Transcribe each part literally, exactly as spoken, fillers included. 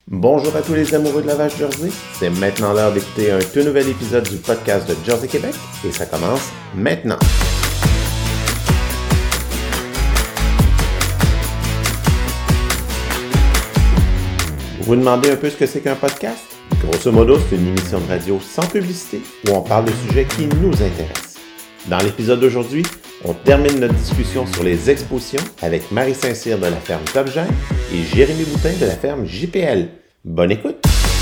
Bonjour à tous les amoureux de la vache Jersey, c'est maintenant l'heure d'écouter un tout nouvel épisode du podcast de Jersey Québec et ça commence maintenant. Vous vous demandez un peu ce que c'est qu'un podcast? Grosso modo, c'est une émission de radio sans publicité où on parle de sujets qui nous intéressent. Dans l'épisode d'aujourd'hui, on termine notre discussion sur les expositions avec Marie Saint-Cyr de la ferme Top Gen et Jérémy Boutin de la ferme J P L. Bonne écoute!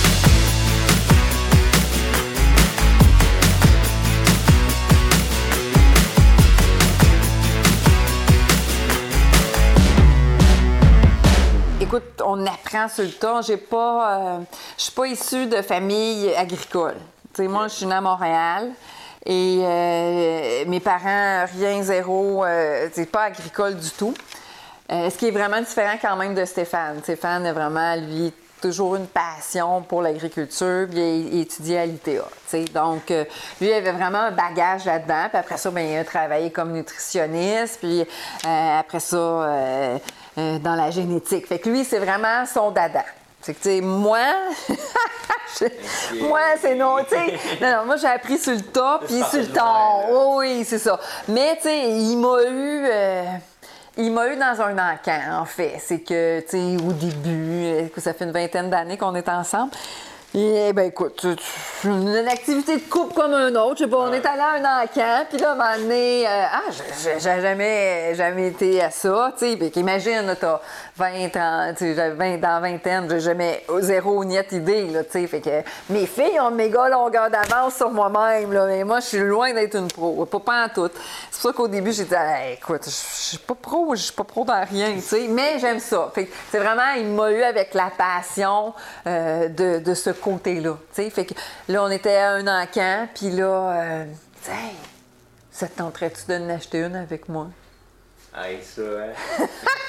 Écoute, on apprend sur le tas. J'ai pas, euh, je suis pas issue de famille agricole. Tu sais, moi, je suis née à Montréal. Et euh, mes parents, rien, zéro, euh, c'est pas agricole du tout. Euh, ce qui est vraiment différent quand même de Stéphane. Stéphane a vraiment, lui, toujours une passion pour l'agriculture, puis il, il étudiait à l'I T A. T'sais. Donc, euh, lui, il avait vraiment un bagage là-dedans. Puis après ça, bien, il a travaillé comme nutritionniste, puis euh, après ça, euh, euh, dans la génétique. Fait que lui, c'est vraiment son dada. C'est que, tu sais, moi, je, moi, c'est non, tu sais, non, non, moi, j'ai appris sur le tas, puis sur le temps. Oh, oui, c'est ça. Mais, tu sais, il m'a eu, euh, il m'a eu dans un encan, en fait. C'est que, tu sais, au début, ça fait une vingtaine d'années qu'on est ensemble. Et, ben écoute, une activité de couple comme un autre, je sais pas, on est allé à un encan, puis là, à un moment donné, euh, ah, j'ai jamais, jamais été à ça, tu sais, puis qu'imagine, t'as vingt ans, tu sais, vingt, dans vingtaine, j'ai jamais, zéro niette idée, là, tu sais, fait que mes filles ont une méga longueur d'avance sur moi-même, là, mais moi, je suis loin d'être une pro, pas, pas en tout. C'est pour ça qu'au début, j'ai dit, hey, écoute, je suis pas pro, je suis pas pro dans rien, tu sais, mais j'aime ça. Fait que c'est vraiment, il m'a eu avec la passion euh, de, de ce côté-là, tu sais, fait que là, on était à un encan, puis là, euh, hey, ça te tenterait-tu de n'acheter une avec moi? Hey, ça, hein?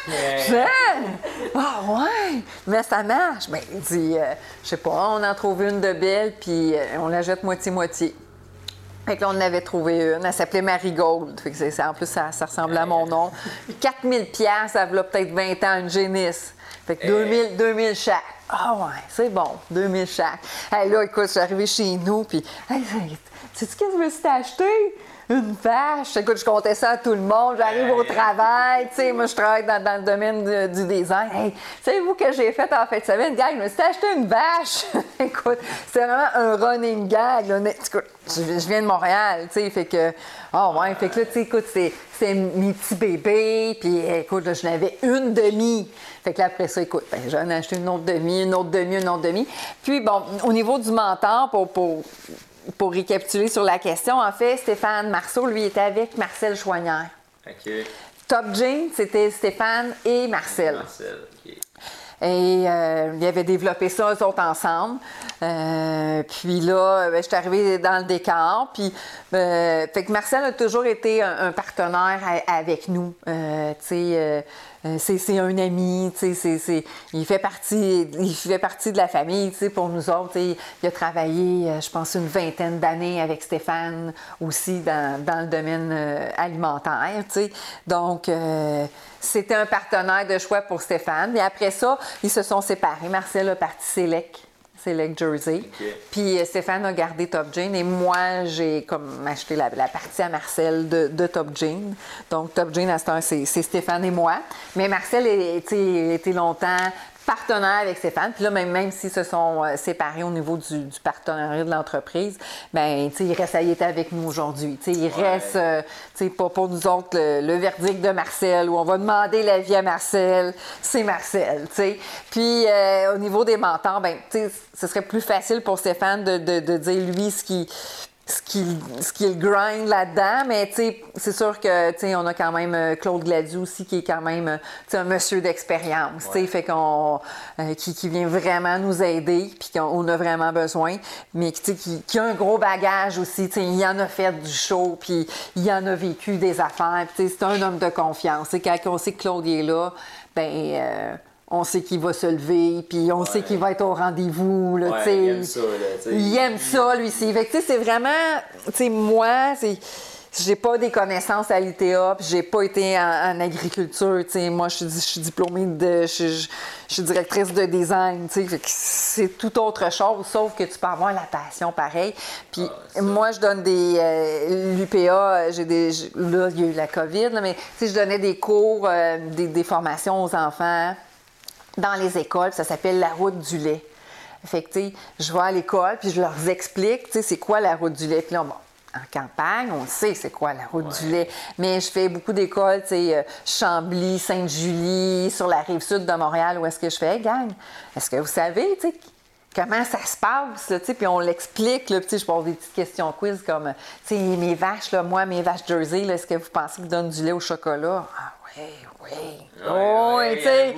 Ah ouais, mais ça marche. Ben, il dit, euh, je sais pas, on en trouve une de belle, puis euh, on la jette moitié-moitié. Fait que là, on en avait trouvé une. Elle s'appelait Marigold. Fait que c'est, en plus, ça, ça ressemblait à mon nom. quatre mille dollars, ça valait peut-être vingt ans, une génisse. Fait que deux mille, deux mille chaque. Ah ouais, c'est bon, deux mille chaque. Hey, là, écoute, je suis arrivée chez nous, puis hey, sais-tu qu'est-ce que je me suis acheté? Une vache! Écoute, je comptais ça à tout le monde. J'arrive au travail, tu sais, moi, je travaille dans, dans le domaine du, du design. Hey, savez-vous que j'ai fait en fait de semaine? Gars, je me suis acheté une vache! Écoute, c'est vraiment un running gag, là. Écoute, je, je viens de Montréal, tu sais, fait que... Ah oh, ouais, fait que là, tu sais, écoute, c'est, c'est mes petits bébés, puis écoute, là, je n'avais une demi. Fait que là, après ça, écoute, ben, j'en ai acheté une autre demi, une autre demi, une autre demi. Puis bon, au niveau du mentor, pour... pour Pour récapituler sur la question, en fait, Stéphane Marceau, lui, était avec Marcel Chouanière. OK. Top Gen, c'était Stéphane et Marcel. Marcel, OK. Et euh, ils avaient développé ça, eux autres, ensemble. Euh, puis là, ben, je suis arrivée dans le décor. Puis, euh, fait que Marcel a toujours été un, un partenaire à, avec nous. Euh, tu sais, euh, c'est, c'est un ami, tu sais, c'est, c'est, il fait partie, il fait partie de la famille, tu sais, pour nous autres. Tu sais, il a travaillé, je pense, une vingtaine d'années avec Stéphane aussi dans, dans le domaine euh, alimentaire, tu sais. Donc, euh, c'était un partenaire de choix pour Stéphane. Et après ça, ils se sont séparés. Marcel a parti Select. Select Jersey. Okay. Puis Stéphane a gardé Top Gen et moi, j'ai comme acheté la, la partie à Marcel de, de Top Gen. Donc, Top Gen, à ce temps, c'est, c'est Stéphane et moi. Mais Marcel a été, été longtemps partenaire avec Stéphane. Puis là, même, même s'ils se sont euh, séparés au niveau du, du partenariat de l'entreprise, bien, tu sais, il reste, il est avec nous aujourd'hui. Tu sais, il ouais. reste, euh, tu sais, pas pour nous autres, le, le verdict de Marcel, où on va demander l'avis à Marcel, c'est Marcel, tu sais. Puis, euh, au niveau des mentors, bien, tu sais, ce serait plus facile pour Stéphane de, de, de dire, lui, ce qui... ce qu'il, ce qu'il grind là-dedans, mais tu sais, c'est sûr que, tu sais, on a quand même Claude Gladu aussi, qui est quand même, tu sais, un monsieur d'expérience, tu sais, fait qu'on, euh, qui, qui vient vraiment nous aider, puis qu'on a vraiment besoin, mais tu sais, qui, qui a un gros bagage aussi, tu sais, il en a fait du show, puis il en a vécu des affaires, puis tu sais, c'est un homme de confiance, tu sais, quand on sait que Claude est là, ben euh, on sait qu'il va se lever, puis on ouais. sait qu'il va être au rendez-vous. Là, ouais, il aime ça. Là, il aime ça, lui. C'est, fait que, c'est vraiment, tu sais, moi, c'est, j'ai pas des connaissances à l'I T A, puis j'ai pas été en, en agriculture, tu sais. Moi, je suis, je suis diplômée de... Je, je, je suis directrice de design, tu sais. C'est tout autre chose, sauf que tu peux avoir la passion pareil. Puis ah, moi, je donne des... Euh, l'U P A, j'ai des... Là, il y a eu la COVID, là, mais tu sais, je donnais des cours, euh, des, des formations aux enfants dans les écoles, ça s'appelle la route du lait. Fait que, tu sais, je vais à l'école, puis je leur explique, tu sais, c'est quoi la route du lait. Puis là, bon, en campagne, on sait c'est quoi la route ouais. du lait. Mais je fais beaucoup d'écoles, tu sais, Chambly, Sainte-Julie, sur la rive sud de Montréal, où est-ce que je fais, hey, gang, est-ce que vous savez, tu sais, comment ça se passe, tu sais, puis on l'explique, là, puis tu sais, je pose des petites questions quiz comme, tu sais, mes vaches, là, moi, mes vaches Jersey, là, est-ce que vous pensez qu'ils donnent du lait au chocolat? Ah oui, oui. Ouais, oh, ouais, tu sais,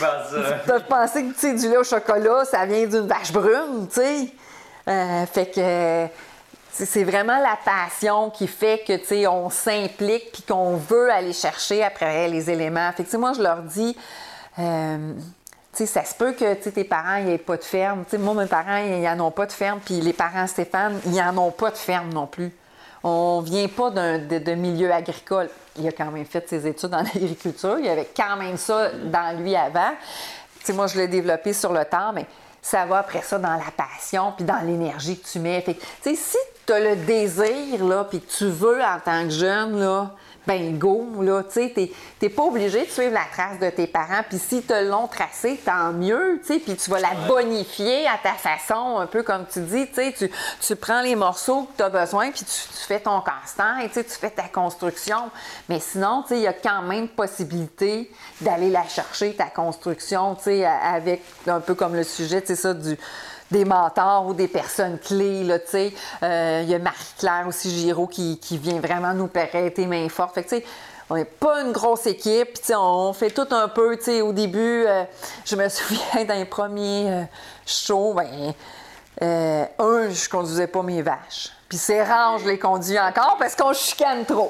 tu as pensé que, tu sais, du lait au chocolat, ça vient d'une vache brune, tu sais. Euh, fait que... C'est vraiment la passion qui fait que, tu sais, on s'implique puis qu'on veut aller chercher après les éléments. Fait que, tu sais, moi, je leur dis, euh, tu sais, ça se peut que, tu sais, tes parents n'aient pas de ferme. Tu sais, moi, mes parents, ils n'en ont pas de ferme, puis les parents Stéphane, ils n'en ont pas de ferme non plus. On vient pas d'un de, de milieu agricole. Il a quand même fait ses études en agriculture. Il y avait quand même ça dans lui avant. Tu sais, moi, je l'ai développé sur le temps, mais ça va après ça dans la passion puis dans l'énergie que tu mets. Fait que, tu sais, si tu as le désir, là, puis que tu veux en tant que jeune, là, ben go, là, tu sais, t'es, t'es pas obligé de suivre la trace de tes parents, puis s'ils te l'ont tracé, tant mieux, tu sais, puis tu vas la bonifier à ta façon, un peu comme tu dis, tu sais, tu, tu prends les morceaux que tu as besoin, puis tu, tu fais ton casse-tête, tu sais, tu fais ta construction, mais sinon, tu sais, il y a quand même possibilité d'aller la chercher, ta construction, tu sais, avec, un peu comme le sujet, tu sais, ça, du... des mentors ou des personnes clés, là, tu sais. Euh, il y a Marie-Claire aussi Giraud qui, qui vient vraiment nous prêter main forte. Fait que, tu sais, on n'est pas une grosse équipe, tu sais, on fait tout un peu, tu sais, au début, euh, je me souviens dans les premiers euh, shows, ben, euh, un, je conduisais pas mes vaches. Puis c'est rare, je les conduis encore parce qu'on chicane trop.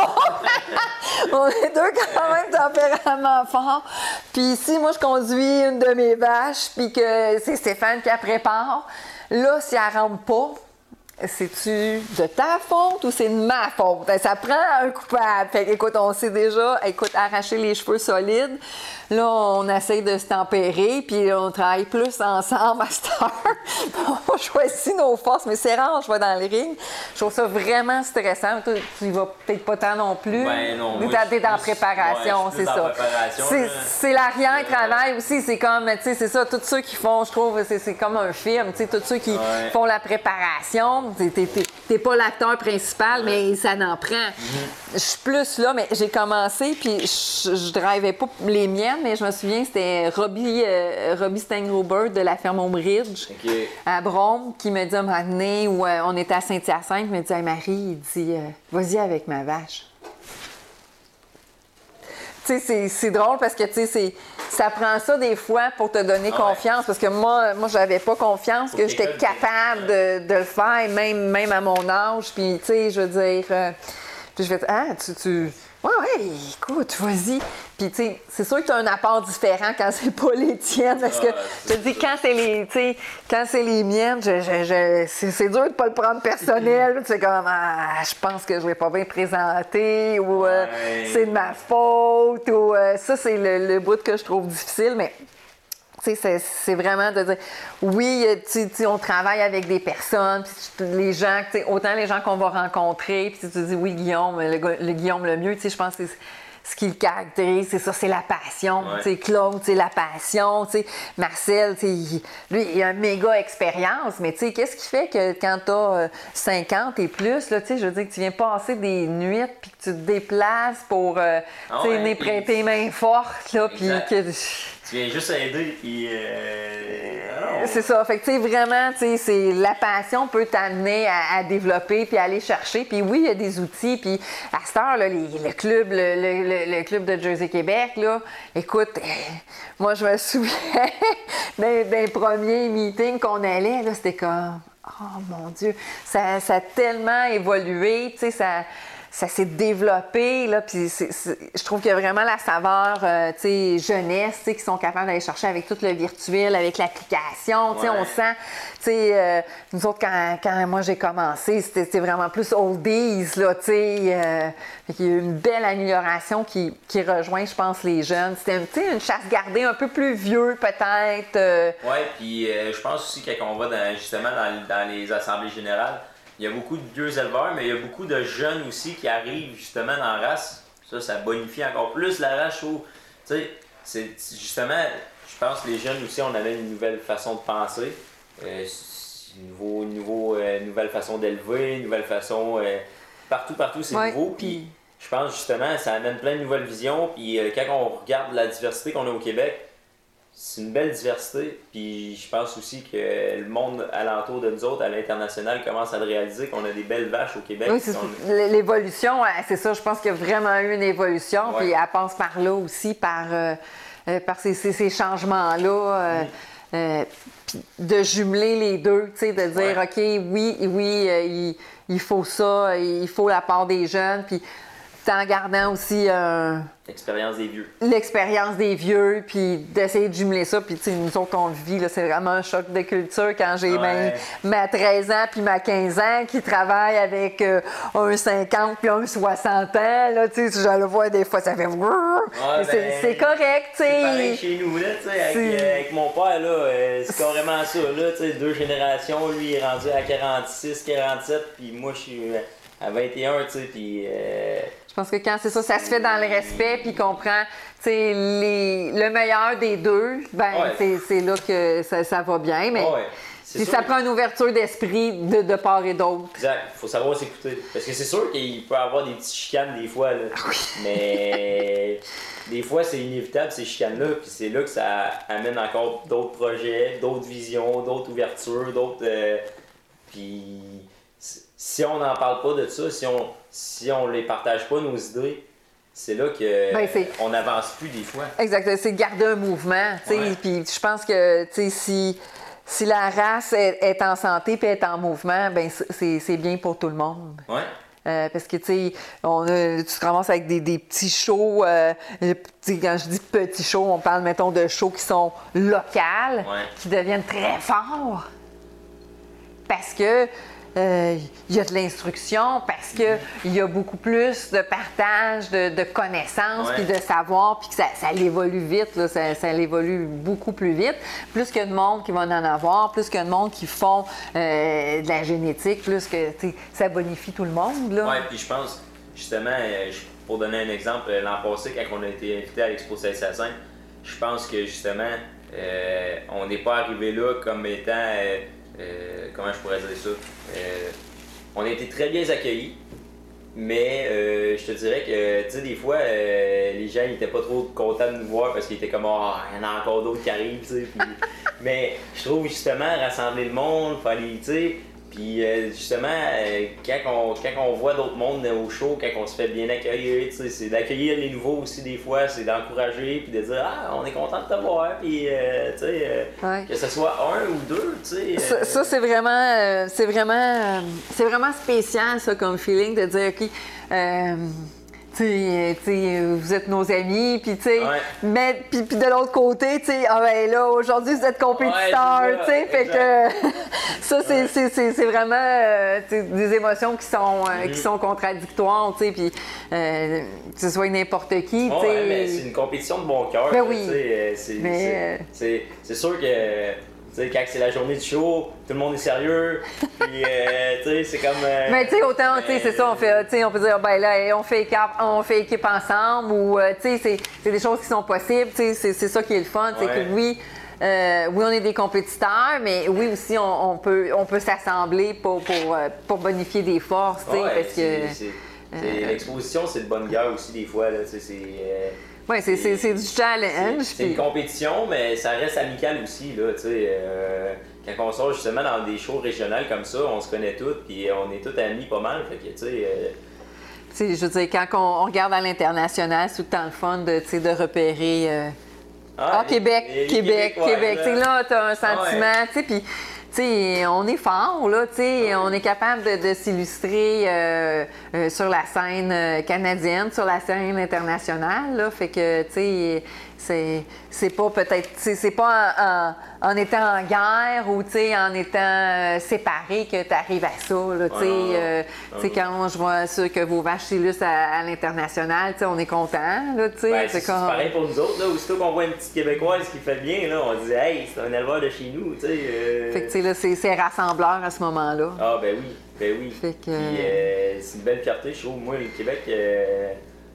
On est deux quand même tempérament fort. Puis si moi je conduis une de mes vaches, puis que c'est Stéphane qui la prépare, là, si elle rentre pas, c'est-tu de ta faute ou c'est de ma faute? Ça prend un coupable. Fait écoute, on sait déjà, écoute, arracher les cheveux solides. Là, on essaye de se tempérer, puis on travaille plus ensemble à cette heure. On choisit nos forces, mais c'est rare, je vais dans le ring. Je trouve ça vraiment stressant. Toi, tu y vas peut-être pas tant non plus. Ben non. Moi, t'es dans la préparation, ouais, c'est ça. C'est, c'est l'arrière-travail euh... aussi. C'est comme, tu sais, c'est ça, tous ceux qui font, je trouve, c'est, c'est comme un film. Tu sais, tous ceux qui ouais. font la préparation, t'es, t'es, t'es, t'es pas l'acteur principal, ouais. mais ça n'en prend. Mm-hmm. Je suis plus là, mais j'ai commencé, puis je, je drivais pas les miennes, mais je me souviens, c'était Robbie, euh, Robbie Stengruber de la ferme Hombridge okay. à Brome qui me dit à un moment donné où euh, on était à Saint-Hyacinthe, il me dit hey, Marie, il dit euh, vas-y avec ma vache. Tu sais, c'est, c'est drôle parce que tu sais, c'est, ça prend ça des fois pour te donner ah confiance ouais. parce que moi, moi, j'avais pas confiance Faut que j'étais capable de, de le faire, même, même à mon âge. Puis, tu sais, je veux dire, euh, puis je vais dire, ah, tu. tu Ouais, ouais, écoute, vas-y. Puis, tu sais, c'est sûr que tu as un apport différent quand c'est pas les tiennes. Parce que, je te dis, quand c'est les, tu sais, quand c'est les miennes, je, je, je, c'est, c'est dur de pas le prendre personnel. Tu sais, comme, ah, je pense que je vais pas bien présenter, ou euh, ouais. c'est de ma faute, ou euh, ça, c'est le, le bout que je trouve difficile, mais. C'est, c'est vraiment de dire, oui, tu, tu, on travaille avec des personnes, puis les gens, autant les gens qu'on va rencontrer, puis tu dis, oui, Guillaume, le, le Guillaume le mieux, je pense que c'est ce qui le caractérise, c'est ça, c'est la passion. Ouais. Claude, c'est la passion. T'sais. Marcel, il, lui, il a une méga expérience, mais qu'est-ce qui fait que quand tu as cinquante et plus, là, je veux dire que tu viens passer des nuits puis que tu te déplaces pour euh, ah ouais, venir prêter main forte, là, puis que... Tu viens juste aider, puis... Euh... C'est ça. Fait que, tu sais, vraiment, tu sais, c'est la passion peut t'amener à, à développer, puis à aller chercher. Puis oui, il y a des outils. Puis à cette heure, là, les, le club, le, le, le club de Jersey Québec, là, écoute, euh, moi, je me souviens d'un, d'un premier meeting qu'on allait, là, c'était comme... Oh, mon Dieu! Ça, ça a tellement évolué, tu sais, ça... ça s'est développé, là, puis c'est, c'est, je trouve qu'il y a vraiment la saveur, euh, tu sais, jeunesse, tu sais, qui sont capables d'aller chercher avec tout le virtuel, avec l'application, tu sais, Ouais. on sent, tu sais, euh, nous autres, quand, quand moi j'ai commencé, c'était, c'était vraiment plus oldies, là, tu sais, euh, fait qu'il y a eu une belle amélioration qui, qui rejoint, je pense, les jeunes. C'était, tu sais, une chasse gardée un peu plus vieux, peut-être. Euh... Oui, puis euh, je pense aussi quand on va dans, justement dans, dans les assemblées générales, il y a beaucoup de vieux éleveurs, mais il y a beaucoup de jeunes aussi qui arrivent justement dans la race. Ça, ça bonifie encore plus la race. Tu sais, c'est justement, je pense que les jeunes aussi, on avait une nouvelle façon de penser, euh, une, nouveau, une nouveau, euh, nouvelle façon d'élever, une nouvelle façon. Euh, partout, partout, c'est Ouais, nouveau. Puis je pense justement, ça amène plein de nouvelles visions. Puis euh, quand on regarde la diversité qu'on a au Québec, c'est une belle diversité, puis je pense aussi que le monde alentour de nous autres, à l'international, commence à le réaliser, qu'on a des belles vaches au Québec. Oui, c'est qu'on... l'évolution, c'est ça, je pense qu'il y a vraiment eu une évolution, ouais. Puis elle passe par là aussi, par, euh, par ces, ces, ces changements-là, euh, mm. euh, de jumeler les deux, tu sais, de dire, ouais. OK, oui, oui, euh, il, il faut ça, il faut la part des jeunes, puis en gardant aussi euh, l'expérience des vieux. L'expérience des vieux, puis d'essayer de jumeler ça. Puis, tu sais, nous autres, on le vit, là, c'est vraiment un choc de culture quand j'ai ouais. ma, ma treize ans puis ma quinze ans qui travaille avec euh, un cinquante puis un soixante ans. Là, tu sais, je le vois des fois, ça fait. Ouais, ben, c'est correct, tu sais. C'est pareil chez nous, là, tu sais, avec, euh, avec mon père, là, euh, c'est carrément ça, là, tu sais, deux générations. Lui, il est rendu à quarante-six, quarante-sept, puis moi, je suis à vingt et un, tu sais, puis. Euh, Je pense que quand c'est ça, ça se fait dans le respect, puis qu'on prend les, le meilleur des deux, ben ouais. c'est là que ça, ça va bien. Mais ouais. Puis ça prend une ouverture d'esprit de, de part et d'autre. Exact. Il faut savoir s'écouter. Parce que c'est sûr qu'il peut y avoir des petites chicanes des fois. Là. Oui. Mais des fois, c'est inévitable ces chicanes-là. Puis c'est là que ça amène encore d'autres projets, d'autres visions, d'autres ouvertures, d'autres. Euh... Puis si on n'en parle pas de ça, si on si on les partage pas nos idées, c'est là que ben, on n'avance plus des fois. Exact, c'est garder un mouvement, tu sais. Ouais. Puis je pense que tu sais si si la race est, est en santé puis est en mouvement, ben c'est c'est bien pour tout le monde. Ouais. Euh, parce que, tu sais, tu te ramasses avec des, des petits shows. Euh, quand je dis petits shows, on parle, mettons, de shows qui sont locales, ouais. qui deviennent très forts. Parce que il euh, y a de l'instruction, parce qu'il mm-hmm. y a beaucoup plus de partage de, de connaissances, puis ouais. de savoir, puis que ça, ça évolue vite, là, ça, ça évolue beaucoup plus vite. Plus qu'il y a de monde qui va en avoir, plus qu'il y a de monde qui font euh, de la génétique, plus que ça bonifie tout le monde. Oui, puis je pense, justement, euh, pour donner un exemple, l'an passé, quand on a été invité à l'Expo Saint-Hyacinthe, je pense que justement, euh, on n'est pas arrivé là comme étant... Euh, Euh, comment je pourrais dire ça? Euh, on a été très bien accueillis, mais euh, je te dirais que, tu sais, des fois, euh, les gens n'étaient pas trop contents de nous voir parce qu'ils étaient comme, ah, oh, il y en a encore d'autres qui arrivent, tu sais. Mais je trouve justement rassembler le monde, fallait, tu sais. Puis euh, justement, euh, quand, on, quand on voit d'autres mondes au show, quand on se fait bien accueillir, c'est d'accueillir les nouveaux aussi des fois, c'est d'encourager, puis de dire « Ah, on est content de te voir », puis euh, tu sais, euh, ouais. que ce soit un ou deux, tu sais. Ça, euh... ça c'est vraiment, euh, c'est vraiment, euh, c'est vraiment spécial, ça, comme feeling, de dire « OK, euh, tu sais, vous êtes nos amis, puis tu sais, ouais. mais puis de l'autre côté, tu sais, ah ben là, aujourd'hui, vous êtes compétiteurs, ouais, tu sais, fait que ça, c'est ouais. c'est vraiment euh, des émotions qui sont, euh, mm-hmm. qui sont contradictoires, tu sais, puis euh, que ce soit n'importe qui, tu sais. Ouais, mais c'est une compétition de bon cœur, ben oui. tu sais, c'est sûr que... T'sais, quand c'est la journée du show, tout le monde est sérieux, puis euh, tu sais, c'est comme... Euh, mais tu sais, autant, tu sais, c'est ça, on fait, tu sais, on peut dire, ben là, on fait équipe, on fait équipe ensemble, ou, euh, tu sais, c'est des choses qui sont possibles, tu sais, c'est ça qui est le fun, tu sais, ouais. que oui, euh, oui, on est des compétiteurs, mais oui, aussi, on, on peut, on peut s'assembler pour, pour, pour bonifier des forces, tu sais, ouais, parce que... Euh, l'exposition, c'est de bonne guerre aussi, des fois, là, tu sais, c'est... Euh, oui, c'est du challenge. C'est puis... une compétition, mais ça reste amical aussi, là, tu sais. Euh, quand on sort justement dans des shows régionales comme ça, on se connaît tous, puis on est tous amis pas mal, fait que, tu sais... Euh... Tu sais, je veux dire, quand on, on regarde à l'international, c'est tout le temps le fun de, tu sais, de repérer... Euh... Ah, ah, Québec, les, les Québec, Québec, ouais, Québec. Tu sais, là, t'as un sentiment, ah, ouais. tu sais, puis... Tu sais, on est fort, là, tu sais, on est capable de, de s'illustrer euh, euh, sur la scène canadienne, sur la scène internationale, là, fait que, tu sais, c'est, c'est pas peut-être, c'est pas en, en, en étant en guerre ou, tu sais, en étant euh, séparé que tu arrives à ça, là, tu sais, euh, tu sais, quand je vois ça, que vos vaches s'illustrent à, à l'international, tu sais, on est content, là, tu sais. Ben, c'est, c'est comme... pareil pour nous autres, là, aussitôt qu'on voit une petite Québécoise qui fait bien, là, on dit, hey, c'est un éleveur de chez nous, tu sais. Euh... Fait que, tu sais, là, c'est, c'est rassembleur à ce moment-là. Ah, ben oui, ben oui. Fait que... Puis, euh, c'est une belle fierté, je trouve, moi, le Québec. Euh...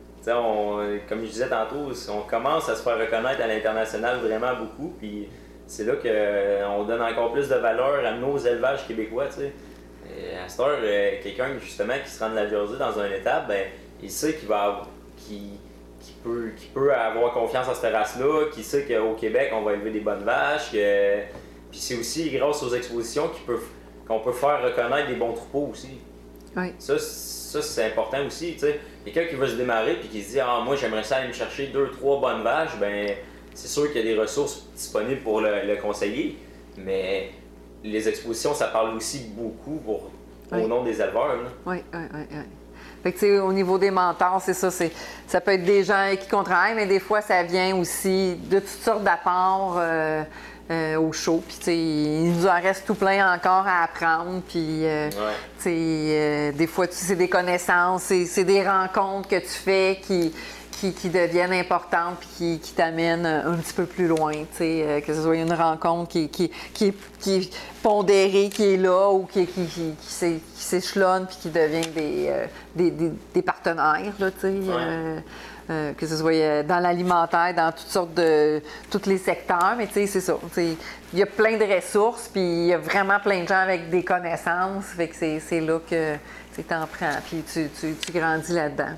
On, comme je disais tantôt, on commence à se faire reconnaître à l'international vraiment beaucoup, puis c'est là qu'on donne encore plus de valeur à nos élevages québécois. T'sais. Et à cette heure, quelqu'un justement qui se rend de la Jersey dans une étape, ben, il sait qu'il va avoir, qu'il, qu'il peut, qu'il peut avoir confiance à cette race-là, qu'il sait qu'au Québec, on va élever des bonnes vaches. Que... Puis c'est aussi grâce aux expositions qu'il peut, qu'on peut faire reconnaître des bons troupeaux aussi. Oui. Ça, ça, c'est important aussi. T'sais. Quelqu'un qui va se démarrer et qui se dit « Ah, moi, j'aimerais ça aller me chercher deux, trois bonnes vaches », ben c'est sûr qu'il y a des ressources disponibles pour le, le conseiller, mais les expositions, ça parle aussi beaucoup pour, oui. au nom des éleveurs. Là. Oui, oui, oui, oui. Fait que, tu sais, au niveau des mentors, c'est ça, c'est, ça peut être des gens avec qui on travaille, mais des fois, ça vient aussi de toutes sortes d'apports euh, euh, au show. Puis, tu sais, il nous en reste tout plein encore à apprendre. Puis, euh, ouais. tu sais, euh, des fois, tu sais, c'est des connaissances, c'est, c'est des rencontres que tu fais qui, qui, qui deviennent importantes puis qui, qui t'amènent un petit peu plus loin. Tu sais, euh, que ce soit une rencontre qui, qui, qui, qui est pondérée, qui est là ou qui, qui, qui, qui, qui s'échelonne puis qui devient des, euh, des, des, des partenaires, là, tu sais. Ouais. Euh, Euh, que ce soit dans l'alimentaire, dans toutes sortes de... tous les secteurs, mais tu sais, c'est ça. Il y a plein de ressources, puis il y a vraiment plein de gens avec des connaissances, fait que c'est, c'est là que tu t'en prends, puis tu, tu, tu grandis là-dedans.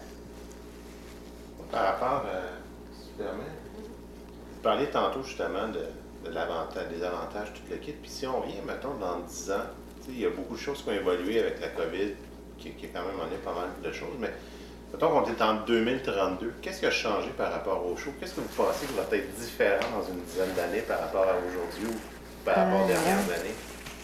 Par rapport, euh, si tu permets, vous parliez tantôt justement de, de l'avantage, des avantages, tout le kit, puis si on vient, mettons, dans dix ans, il y a beaucoup de choses qui ont évolué avec la COVID, qui, qui a quand même amené pas mal de choses, mais mettons qu'on est en deux mille trente-deux, qu'est-ce qui a changé par rapport au show? Qu'est-ce que vous pensez qui va être différent dans une dizaine d'années par rapport à aujourd'hui ou par rapport aux euh... dernières années?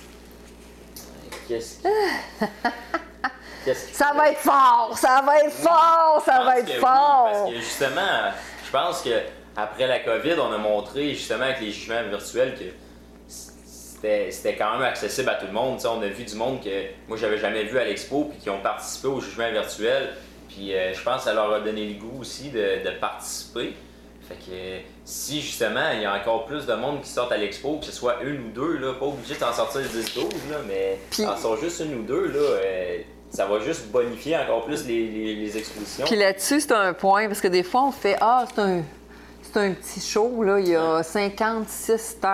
Qu'est-ce que... Qu'est-ce que... Ça va être fort! Ça va être fort! Ça va être fort! Oui, parce que justement, je pense qu'après la COVID, on a montré justement avec les jugements virtuels que C'était, c'était quand même accessible à tout le monde. T'sais, on a vu du monde que moi j'avais jamais vu à l'expo puis qui ont participé au jugement virtuel. Puis euh, je pense que ça leur a donné le goût aussi de, de participer. Fait que euh, si justement il y a encore plus de monde qui sortent à l'expo, que ce soit une ou deux, là, pas obligé d'en sortir dix douze, là, mais Puis... en sort juste une ou deux, là, euh, ça va juste bonifier encore plus les, les, les expositions. Puis là-dessus, c'est un point, parce que des fois on fait « Ah, c'est un, c'est un petit show, là, il y a cinquante-six têtes. »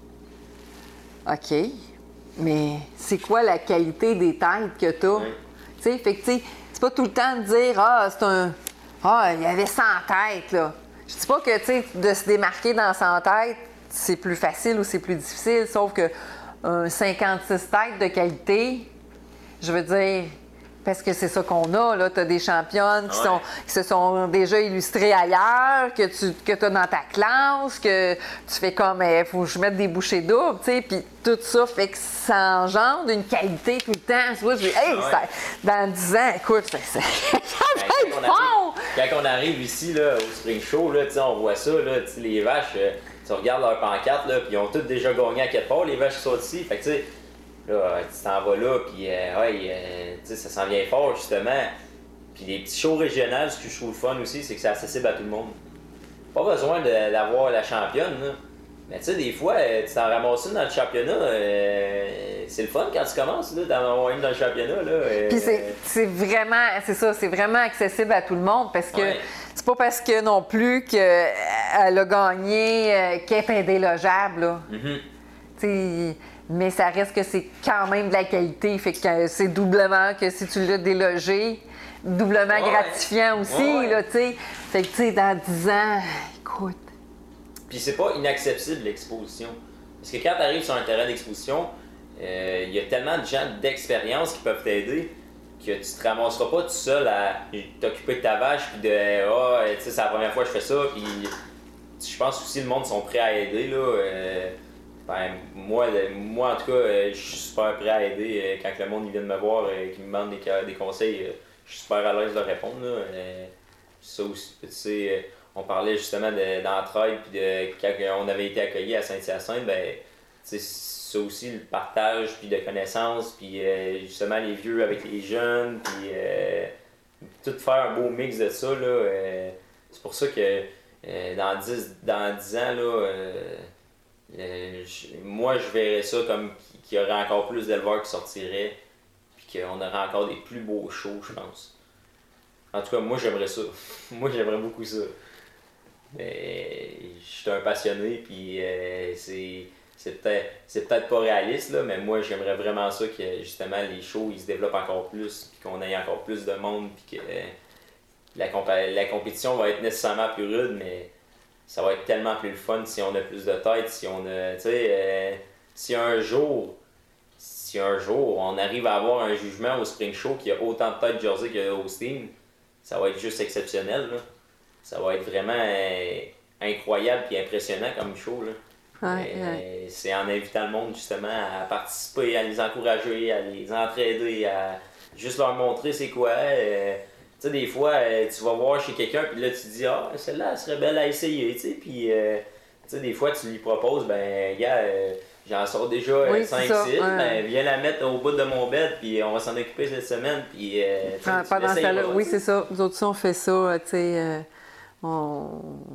OK, mais c'est quoi la qualité des têtes que tu as? Oui. Tu sais, fait que, tu sais, c'est pas tout le temps de dire « Ah, c'est un... Ah, il y avait cent têtes, là. » Je dis pas que, tu sais, de se démarquer dans cent têtes, c'est plus facile ou c'est plus difficile, sauf que un cinquante-six têtes de qualité, je veux dire... Parce que c'est ça qu'on a, là. Tu as des championnes qui, ouais. sont, qui se sont déjà illustrées ailleurs, que tu que as dans ta classe, que tu fais comme, il eh, faut que je mette des bouchées doubles, tu sais. Puis tout ça fait que ça engendre une qualité tout le temps. Tu vois, je dis, hey, ouais. ça, dans dix ans, écoute, ça, ça, ça va être fort! Quand on arrive ici, là, au Spring Show, là, on voit ça, là, les vaches, euh, tu regardes leur pancarte, là, puis ils ont toutes déjà gagné à quelque part, les vaches qui sont ici. Fait que, tu sais, là, tu t'en vas là, puis euh, ouais, euh, ça s'en vient fort, justement. Puis les petits shows régionaux, ce que je trouve le fun aussi, c'est que c'est accessible à tout le monde. Pas besoin de, d'avoir la championne, là. Mais tu sais, des fois, tu t'en ramasses une dans le championnat, euh, c'est le fun quand tu commences, là, d'en avoir une dans le championnat, là. Euh, Puis c'est, c'est vraiment, c'est ça, c'est vraiment accessible à tout le monde, parce que ouais. c'est pas parce que non plus qu'elle a gagné euh, qu'elle est indélogeable, là. Mm-hmm. Tu sais... Mais ça reste que c'est quand même de la qualité. Fait que c'est doublement que si tu l'as délogé, doublement ouais, gratifiant aussi, ouais. là, tu sais. Fait que, tu sais, dans dix ans, écoute. Puis c'est pas inaccessible, l'exposition. Parce que quand tu arrives sur un terrain d'exposition, il euh, y a tellement de gens d'expérience qui peuvent t'aider que tu te ramasseras pas tout seul à t'occuper de ta vache, puis de, ah, oh, tu sais, c'est la première fois que je fais ça, puis je pense aussi le monde sont prêts à aider, là. Euh, Ben, moi, moi, en tout cas, euh, je suis super prêt à aider euh, quand le monde il vient de me voir et qu'il me demande des, des conseils. Euh, je suis super à l'aise de répondre. Là. Euh, ça aussi, tu sais, euh, on parlait justement de, d'entraide, puis de quand on avait été accueillis à Saint-Hyacinthe, ben, tu sais, ça aussi, le partage, puis de connaissances, puis euh, justement les vieux avec les jeunes, puis euh, tout faire un beau mix de ça. Là, euh, c'est pour ça que euh, dans dix dans dix ans, là, euh, Euh, je, moi, je verrais ça comme qu'il y aurait encore plus d'éleveurs qui sortiraient, puis qu'on aurait encore des plus beaux shows, je pense. En tout cas, moi, j'aimerais ça. Moi, j'aimerais beaucoup ça. Mais je suis un passionné, puis euh, c'est, c'est, peut-être, c'est peut-être pas réaliste, là, mais moi, j'aimerais vraiment ça que justement les shows ils se développent encore plus, puis qu'on ait encore plus de monde, puis que euh, la, compa- la compétition va être nécessairement plus rude, mais ça va être tellement plus le fun si on a plus de tête, si on a, tu sais, euh, si un jour, si un jour on arrive à avoir un jugement au Spring Show qui a autant de têtes Jersey qu'au Steam, ça va être juste exceptionnel, là. Ça va être vraiment euh, incroyable et impressionnant comme show, là. Ouais, euh, ouais. C'est en invitant le monde justement à participer, à les encourager, à les entraider, à juste leur montrer c'est quoi. Euh, Tu sais, des fois, euh, tu vas voir chez quelqu'un, puis là, tu te dis, ah, celle-là, elle serait belle à essayer, tu sais, puis, euh, tu sais, des fois, tu lui proposes, ben, gars, euh, j'en sors déjà Oui, cinq six, ouais. ben, viens la mettre au bout de mon bed, puis on va s'en occuper cette semaine, puis, euh, tu sais, Ah, tu pas dans ce l'essayeras, cas-là. Oui, tu sais. c'est ça. Nous autres aussi, on fait ça, euh, tu sais. euh, on,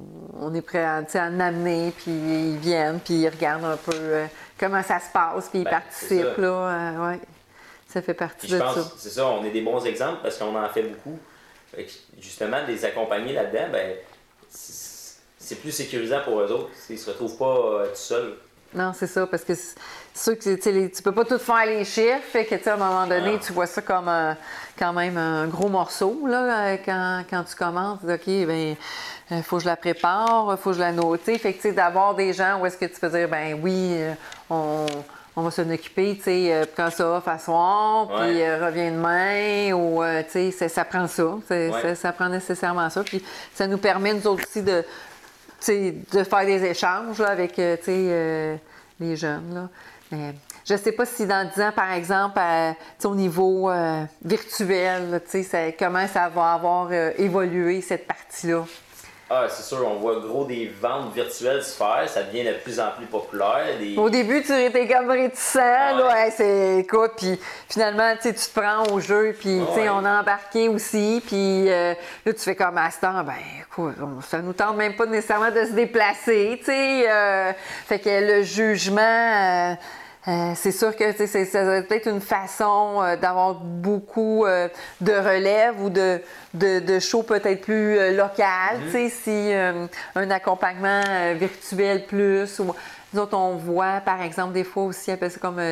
on est prêt à, tu sais, à en amener, puis ils viennent, puis ils regardent un peu euh, comment ça se passe, puis ils Ben, participent, c'est ça. là. euh, ouais. Ça fait partie Puis je de pense, ça. c'est ça, on est des bons exemples parce qu'on en fait beaucoup. Fait que, justement, de les accompagner là-dedans, ben, c'est c'est plus sécurisant pour eux autres. Ils se retrouvent pas euh, tout seuls. Non, c'est ça, parce que c'est sûr que tu sais, les- tu peux pas tout faire les chiffres, fait que tu sais, à un moment donné, Non. tu vois ça comme un- quand même un gros morceau là, euh, quand, quand tu commences. OK, ben il faut que je la prépare, il faut que je la note. Tu sais, fait que tu sais, d'avoir des gens où est-ce que tu peux dire, ben oui, euh, on, on va s'en occuper, tu sais, euh, prends ça off à soir, Ouais. puis euh, reviens demain, ou euh, tu sais, ça, ça prend ça, c'est- Ouais. ça, ça prend nécessairement ça. Puis ça nous permet, nous autres aussi, de tu sais, de faire des échanges là, avec euh, tu sais, euh, les jeunes. Là. Mais je ne sais pas si dans dix ans, par exemple, euh, tu sais, au niveau euh, virtuel, là, tu sais, ça- comment ça va avoir euh, évolué cette partie-là. Ah, c'est sûr, on voit gros des ventes virtuelles se faire, ça devient de plus en plus populaire. Des... Au début, tu étais comme réticent, là, Ouais. hey, c'est écoute, puis finalement, tu sais, tu te prends au jeu, puis tu sais, Ouais. on a embarqué aussi, puis euh, là, tu fais comme Astor, ben écoute, on- ça nous tente même pas nécessairement de se déplacer, tu sais, euh, fait que le jugement, euh, euh, c'est sûr que tu sais, c'est ça doit être peut-être une façon euh, d'avoir beaucoup euh, de relève ou de, de, de show peut-être plus euh, local, tu sais, si euh, un accompagnement euh, virtuel plus. Ou, nous autres, on voit, par exemple, des fois aussi, appelle ça comme euh,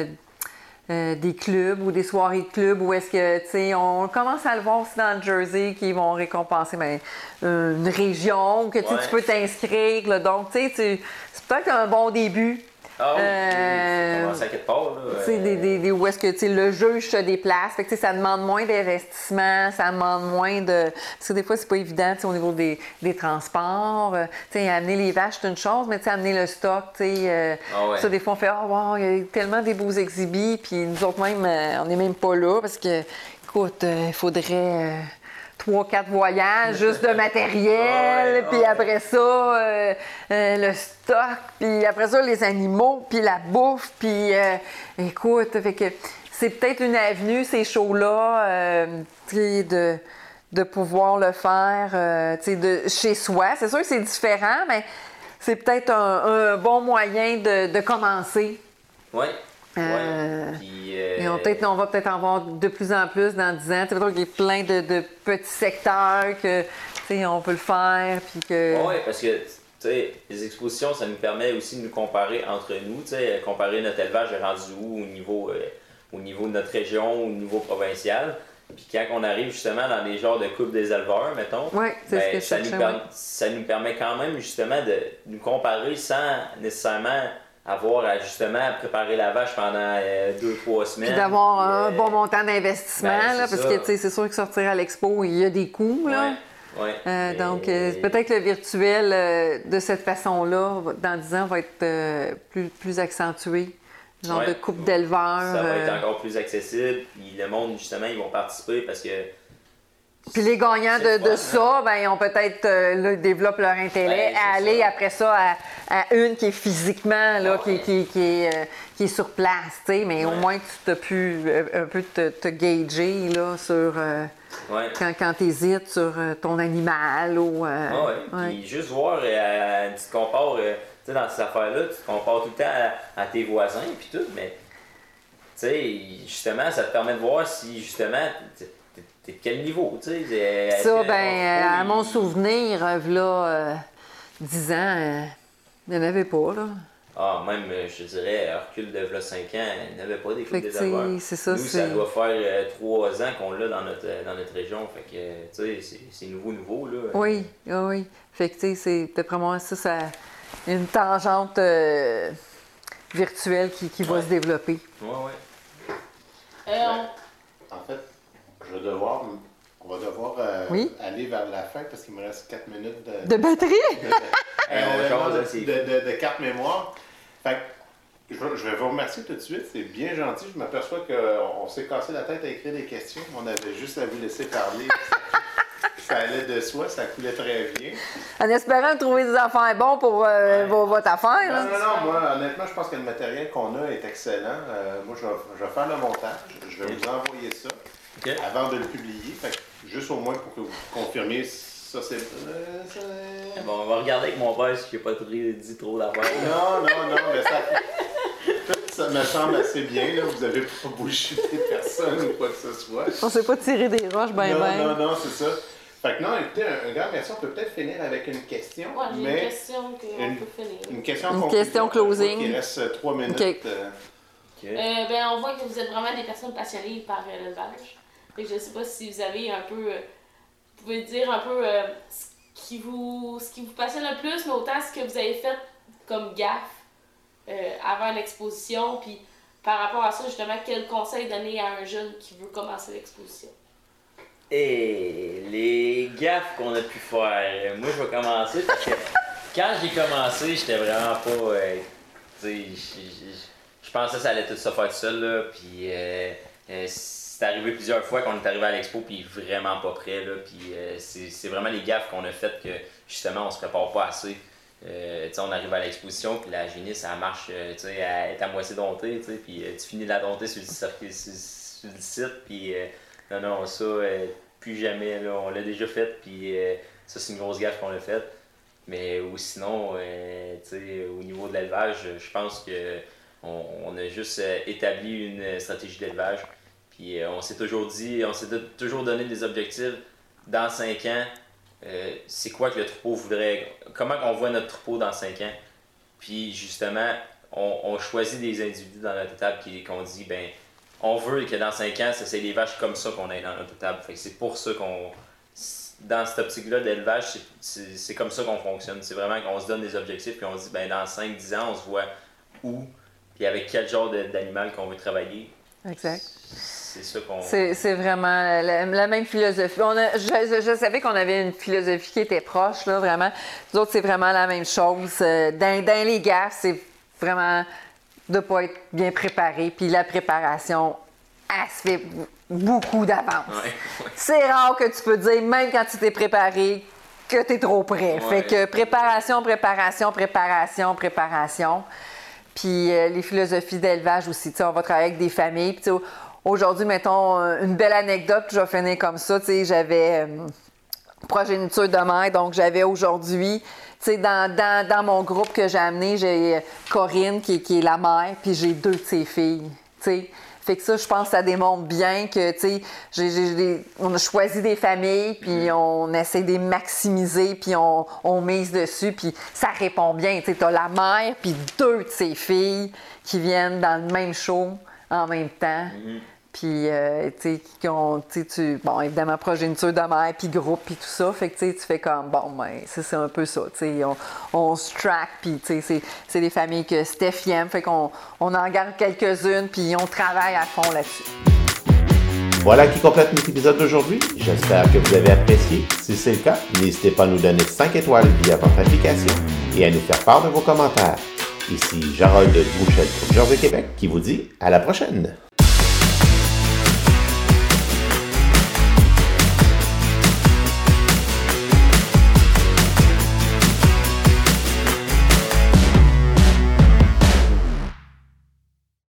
euh, des clubs ou des soirées de clubs où est-ce que, tu sais, on commence à le voir aussi dans le Jersey qui vont récompenser ben, une région que tu sais, Ouais. tu peux t'inscrire. Là. Donc, tu sais, tu- c'est peut-être un bon début. Ah oui, Euh, ça commence à quelque part, là. Tu sais, euh, des, des, des- où est-ce que tu sais, le juge se déplace. Fait que, tu sais, ça demande moins d'investissement, ça demande moins de. Parce que des fois, c'est pas évident tu sais, au niveau des, des transports. Euh, tu sais, amener les vaches, c'est une chose, mais tu sais, amener le stock, tu sais. euh, Ah ouais. Ça, des fois, on fait Ah, wow, il y a tellement des beaux exhibits, puis nous autres, même, euh, on n'est même pas là parce que, écoute, euh, il faudrait. euh, trois, quatre voyages juste de matériel, Ouais, puis ouais. après ça, euh, euh, le stock, puis après ça, les animaux, puis la bouffe, puis euh, écoute, fait que c'est peut-être une avenue, ces shows-là, euh, tu sais, de, de pouvoir le faire, euh, tu sais, de chez soi. C'est sûr que c'est différent, mais c'est peut-être un, un bon moyen de, de commencer. Ouais. Euh, ouais. Puis, euh, Et on, peut-être, on va peut-être en voir de plus en plus dans dix ans. Tu sais, qu'il y a plein de, de petits secteurs que, tu sais, on peut le faire. Puis que... Oui, parce que tu sais, les expositions, ça nous permet aussi de nous comparer entre nous, tu sais, comparer notre élevage est rendu où au niveau, euh, au niveau de notre région, au niveau provincial. Puis quand on arrive justement dans les genres de coupes des éleveurs, mettons, Oui, c'est ben, ce que je ça, nous cherchais, per- oui. ça nous permet quand même justement de nous comparer sans nécessairement avoir à justement préparer la vache pendant euh, deux, trois semaines. Puis d'avoir un Puis, euh, bon montant d'investissement, ben, là, c'est parce ça. que tu sais, c'est sûr que sortir à l'expo, il y a des coûts. Là. Ouais, Euh, mais- donc, euh, peut-être que le virtuel, euh, de cette façon-là, va- dans dix ans, va être euh, plus, plus accentué. Genre Ouais. de coupe d'éleveurs. Ça va être euh, encore plus accessible. Puis le monde, justement, ils vont participer parce que. Puis les gagnants C'est de, le de fun, ça, ben, ils ont peut-être euh, là, ils développent leur intérêt Ben, à c'est aller ça. après ça à, à une qui est physiquement, là, Ah qui, ouais. qui, qui est, euh, qui est sur place, tu sais, mais au Ouais. moins tu t'as pu euh, un peu te, te gager là, sur euh, Ouais. quand, quand tu hésites sur euh, ton animal ou. euh, Ah ouais. ouais. Puis juste voir, euh, tu te compares, euh, tu sais, dans cette affaire-là, tu te compares tout le temps à, à tes voisins, puis tout, mais, tu sais, justement, ça te permet de voir si, justement, t'es t'es de quel niveau, tu sais. est-ce Ça, que ben, ton à il- mon souvenir, euh, là, euh, dix ans, euh, il n'y en avait pas, là. Ah, même, euh, je te dirais, à recul de là, cinq ans, il n'y avait pas des Fait coups que, des éleveurs. tu sais, c'est ça, Nous, ça c'est- doit faire euh, trois ans qu'on l'a dans notre, dans notre région, fait que, tu sais, c'est- c'est nouveau, nouveau, là. Oui, oui, oui. Fait que, tu sais, c'est d'après moi, ça, ça une tangente euh, virtuelle qui, qui va Ouais. se développer. Ouais, ouais. Euh, on- En fait, je vais devoir, on va devoir euh, Oui? aller vers la fin parce qu'il me reste quatre minutes de, De batterie? de, de- Hey, on euh, jase, non, hein, de- c'est de- de- de carte mémoire. Fait que je, vais- je vais vous remercier tout de suite, c'est bien gentil. Je m'aperçois qu'on s'est cassé la tête à écrire des questions. On avait juste à vous laisser parler. Ça allait de soi, ça coulait très bien. En espérant trouver des affaires bons pour euh, Ouais. vo- votre affaire. Non, là. non, non, moi, honnêtement, je pense que le matériel qu'on a est excellent. Euh, moi, je vais, je vais faire le montage. Je vais Ok. vous envoyer ça Ok. avant de le publier. Fait que juste au moins pour que vous confirmiez ça, c'est. euh, ça- Bon, on va regarder avec mon père si j'ai pas trop- dit trop d'affaires. Non, non, non, mais ça. Tout ça me semble assez bien. Là. Vous avez pas bullshité personne ou quoi que ce soit. On sait pas tirer des roches, ben non, ben. non, non, c'est ça. Fait que non, écoutez, un, un grand merci. On peut peut-être finir avec une question. ouais, j'ai mais une question qu'on une- peut finir. une question Une conclusion. question Je vois closing. qu'il reste euh, trois minutes. Ok. euh, Ok. Euh, ben, on voit que vous êtes vraiment des personnes passionnées par euh, l'élevage. Fait que je sais pas si vous avez un peu. euh, vous pouvez dire un peu euh, ce, qui vous, ce qui vous passionne le plus, mais autant ce que vous avez fait comme gaffe euh, avant l'exposition. Puis par rapport à ça, justement, quel conseil donner à un jeune qui veut commencer l'exposition? Et les gaffes qu'on a pu faire. Moi, je vais commencer parce que quand j'ai commencé, j'étais vraiment pas. euh, tu sais, j- j- je pensais que ça allait tout se faire tout seul, là. Puis euh, euh, c'est arrivé plusieurs fois qu'on est arrivé à l'expo, puis vraiment pas prêt, là. Puis euh, c'est c'est vraiment les gaffes qu'on a faites que justement on se prépare pas assez. Euh, tu sais, on arrive à l'exposition, puis la génisse, elle marche, euh, tu sais, elle est à moitié domptée, tu sais, puis euh, tu finis de la dompter sur le, circuit- sur, sur le site, puis euh, non, non, ça, euh, plus jamais, là, on l'a déjà fait, puis euh, ça, c'est une grosse gaffe qu'on a faite. Mais ou sinon, euh, tu sais, au niveau de l'élevage, je pense que on, on a juste euh, établi une stratégie d'élevage, puis euh, on s'est toujours dit, on s'est toujours donné des objectifs dans cinq ans. Euh, c'est quoi que le troupeau voudrait, comment on voit notre troupeau dans cinq ans. Puis justement, on, on choisit des individus dans notre table qui qu'on dit, ben, on veut que dans cinq ans, c'est des vaches comme ça qu'on ait dans notre table. Fait que c'est pour ça qu'on, dans cette optique-là d'élevage, c'est- c'est c'est comme ça qu'on fonctionne. C'est vraiment qu'on se donne des objectifs, puis on se dit, ben, dans cinq dix ans, on se voit où, puis avec quel genre de- d'animal qu'on veut travailler. Exact. C'est ça qu'on... C'est c'est vraiment la, la même philosophie. On a, je, je- je savais qu'on avait une philosophie qui était proche, là, vraiment. Nous autres, c'est vraiment la même chose. Euh, Dans, dans les gaffes, c'est vraiment de ne pas être bien préparé. Puis la préparation, elle se fait beaucoup d'avance. Ouais, ouais. C'est rare que tu peux dire, même quand tu t'es préparé, que tu es trop prêt. Ouais. Fait que préparation, préparation, préparation, préparation. Puis euh, les philosophies d'élevage aussi. Tu sais, on va travailler avec des familles. Puis tu sais, aujourd'hui, mettons, euh, une belle anecdote, je vais finir comme ça. Tu sais, j'avais euh, progéniture de mère, donc j'avais aujourd'hui, tu sais, dans, dans, dans mon groupe que j'ai amené, j'ai Corinne qui, qui est la mère, puis j'ai deux de ses filles. Tu sais. Fait que ça, je pense que ça démontre bien que, tu sais, j'ai- j'ai des- on a choisi des familles, puis on essaie de les maximiser, puis on, on mise dessus, puis ça répond bien. Tu sais, t'as la mère, puis deux de ses filles qui viennent dans le même show en même temps. Puis, euh, tu sais, qui ont, tu sais, tu- bon, évidemment, progéniture de mère, puis groupe, puis tout ça. Fait que, tu sais, tu fais comme, bon, ben, ça, c'est un peu ça, tu sais, on, on se track, puis, tu sais, c'est- c'est des familles que Steph aime, fait qu'on on en garde quelques-unes, puis on travaille à fond là-dessus. Voilà qui complète notre épisode d'aujourd'hui. J'espère que vous avez apprécié. Si c'est le cas, n'hésitez pas à nous donner cinq étoiles via votre application et à nous faire part de vos commentaires. Ici Jarol de Bouchel pour Georges Québec qui vous dit à la prochaine.